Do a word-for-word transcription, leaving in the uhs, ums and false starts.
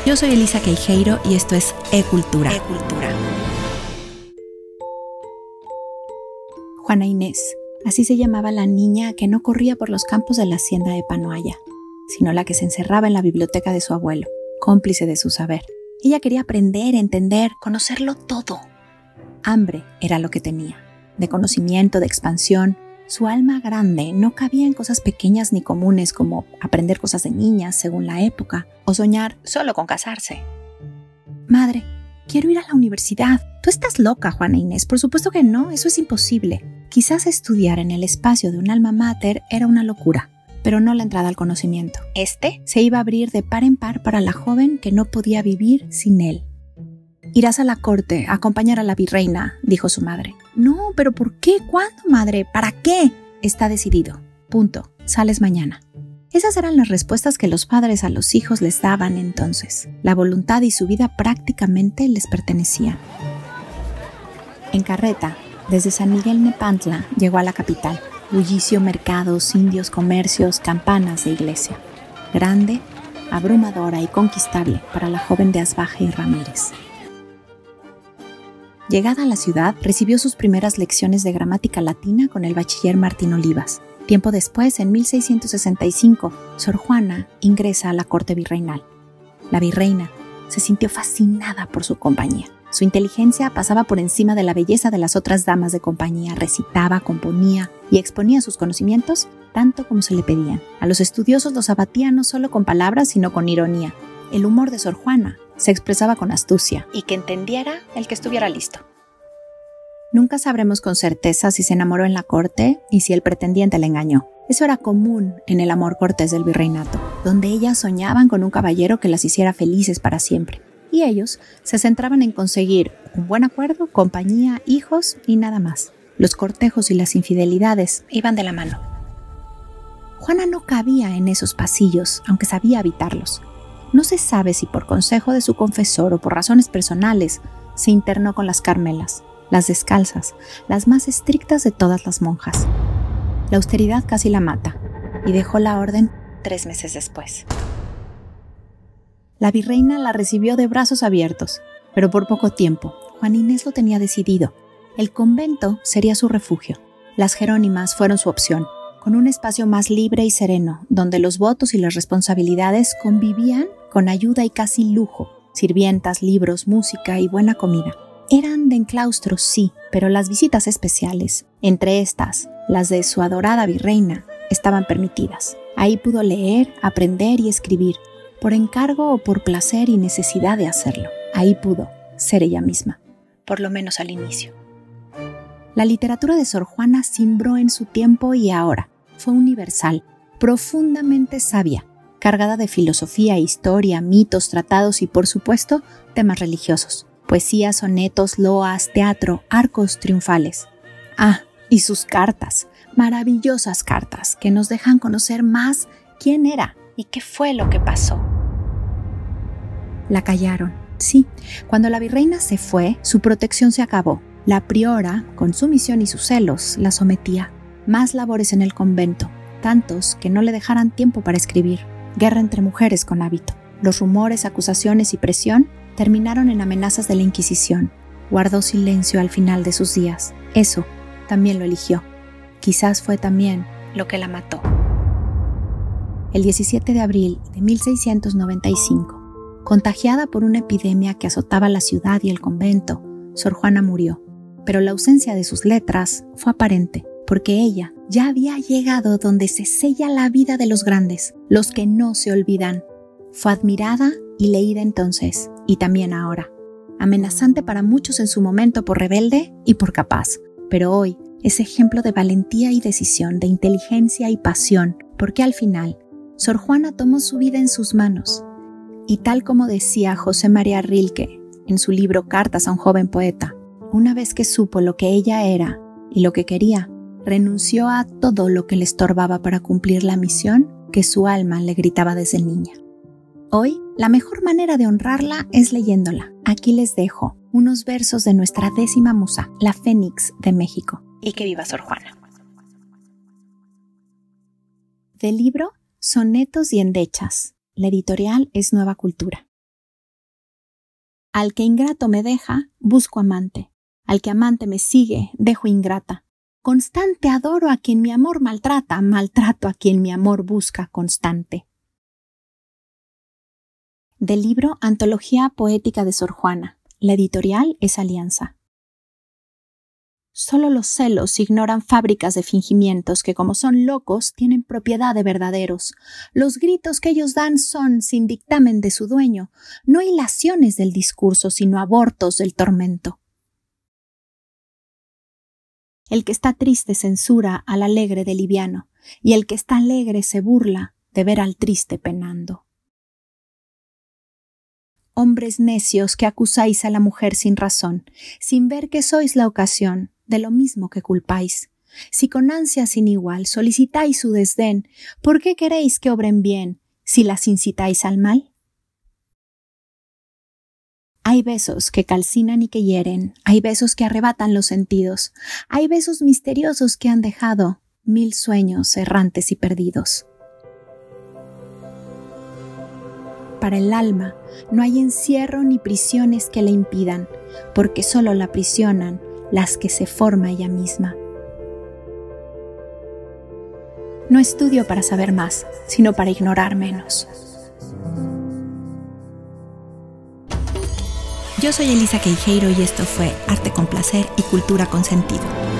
Yo soy Elisa Queijeiro y esto es E-Cultura. E-Cultura. Juana Inés, así se llamaba la niña que no corría por los campos de la hacienda de Panoaya, sino la que se encerraba en la biblioteca de su abuelo, cómplice de su saber. Ella quería aprender, entender, conocerlo todo. Hambre era lo que tenía, de conocimiento, de expansión. Su alma grande no cabía en cosas pequeñas ni comunes como aprender cosas de niñas según la época o soñar solo con casarse. Madre, quiero ir a la universidad. Tú estás loca, Juana Inés. Por supuesto que no, eso es imposible. Quizás estudiar en el espacio de un alma mater era una locura, pero no la entrada al conocimiento. Este se iba a abrir de par en par para la joven que no podía vivir sin él. Irás a la corte a acompañar a la virreina, dijo su madre. No, pero ¿por qué? ¿Cuándo, madre? ¿Para qué? Está decidido. Punto. Sales mañana. Esas eran las respuestas que los padres a los hijos les daban entonces. La voluntad y su vida prácticamente les pertenecían. En carreta, desde San Miguel Nepantla, llegó a la capital. Bullicio, mercados, indios, comercios, campanas de iglesia. Grande, abrumadora y conquistable para la joven de Asbaje y Ramírez. Llegada a la ciudad, recibió sus primeras lecciones de gramática latina con el bachiller Martín Olivas. Tiempo después, en mil seiscientos sesenta y cinco, Sor Juana ingresa a la corte virreinal. La virreina se sintió fascinada por su compañía. Su inteligencia pasaba por encima de la belleza de las otras damas de compañía, recitaba, componía y exponía sus conocimientos tanto como se le pedían. A los estudiosos los abatía no solo con palabras, sino con ironía. El humor de Sor Juana se expresaba con astucia y que entendiera el que estuviera listo. Nunca sabremos con certeza si se enamoró en la corte y si el pretendiente le engañó. Eso era común en el amor cortés del virreinato, donde ellas soñaban con un caballero que las hiciera felices para siempre. Y ellos se centraban en conseguir un buen acuerdo, compañía, hijos y nada más. Los cortejos y las infidelidades iban de la mano. Juana no cabía en esos pasillos, aunque sabía habitarlos. No se sabe si por consejo de su confesor o por razones personales se internó con las Carmelas, las descalzas, las más estrictas de todas las monjas. La austeridad casi la mata y dejó la orden tres meses después. La virreina la recibió de brazos abiertos, pero por poco tiempo. Juana Inés lo tenía decidido. El convento sería su refugio. Las jerónimas fueron su opción, con un espacio más libre y sereno, donde los votos y las responsabilidades convivían con ayuda y casi lujo, sirvientas, libros, música y buena comida. Eran de enclaustro, sí, pero las visitas especiales, entre estas, las de su adorada virreina, estaban permitidas. Ahí pudo leer, aprender y escribir, por encargo o por placer y necesidad de hacerlo. Ahí pudo ser ella misma, por lo menos al inicio. La literatura de Sor Juana cimbró en su tiempo y ahora. Fue universal, profundamente sabia, cargada de filosofía, historia, mitos, tratados y, por supuesto, temas religiosos. Poesía, sonetos, loas, teatro, arcos triunfales. Ah, y sus cartas, maravillosas cartas que nos dejan conocer más quién era y qué fue lo que pasó. La callaron, sí. Cuando la virreina se fue, su protección se acabó. La priora, con su misión y sus celos, la sometía. Más labores en el convento, tantos que no le dejaran tiempo para escribir. Guerra entre mujeres con hábito. Los rumores, acusaciones y presión terminaron en amenazas de la Inquisición. Guardó silencio al final de sus días. Eso también lo eligió. Quizás fue también lo que la mató. El diecisiete de abril de mil seiscientos noventa y cinco, contagiada por una epidemia que azotaba la ciudad y el convento, Sor Juana murió. Pero la ausencia de sus letras fue aparente, porque ella ya había llegado donde se sella la vida de los grandes, los que no se olvidan. Fue admirada y leída entonces, y también ahora. Amenazante para muchos en su momento por rebelde y por capaz, pero hoy es ejemplo de valentía y decisión, de inteligencia y pasión, porque al final, Sor Juana tomó su vida en sus manos. Y tal como decía José María Rilke en su libro Cartas a un joven poeta, una vez que supo lo que ella era y lo que quería, renunció a todo lo que le estorbaba para cumplir la misión que su alma le gritaba desde niña. Hoy, la mejor manera de honrarla es leyéndola. Aquí les dejo unos versos de nuestra décima musa, la Fénix de México. Y que viva Sor Juana. Del libro Sonetos y endechas. La editorial es Nueva Cultura. Al que ingrato me deja, busco amante. Al que amante me sigue, dejo ingrata. Constante adoro a quien mi amor maltrata, maltrato a quien mi amor busca constante. Del libro Antología Poética de Sor Juana. La editorial es Alianza. Solo los celos ignoran fábricas de fingimientos que, como son locos, tienen propiedad de verdaderos. Los gritos que ellos dan son, sin dictamen de su dueño, no hilaciones del discurso, sino abortos del tormento. El que está triste censura al alegre de liviano, y el que está alegre se burla de ver al triste penando. Hombres necios que acusáis a la mujer sin razón, sin ver que sois la ocasión de lo mismo que culpáis. Si con ansia sin igual solicitáis su desdén, ¿por qué queréis que obren bien si las incitáis al mal? Hay besos que calcinan y que hieren, hay besos que arrebatan los sentidos, hay besos misteriosos que han dejado mil sueños errantes y perdidos. Para el alma no hay encierro ni prisiones que la impidan, porque solo la aprisionan las que se forma ella misma. No estudio para saber más, sino para ignorar menos. Yo soy Elisa Queijeiro y esto fue Arte con Placer y Cultura con Sentido.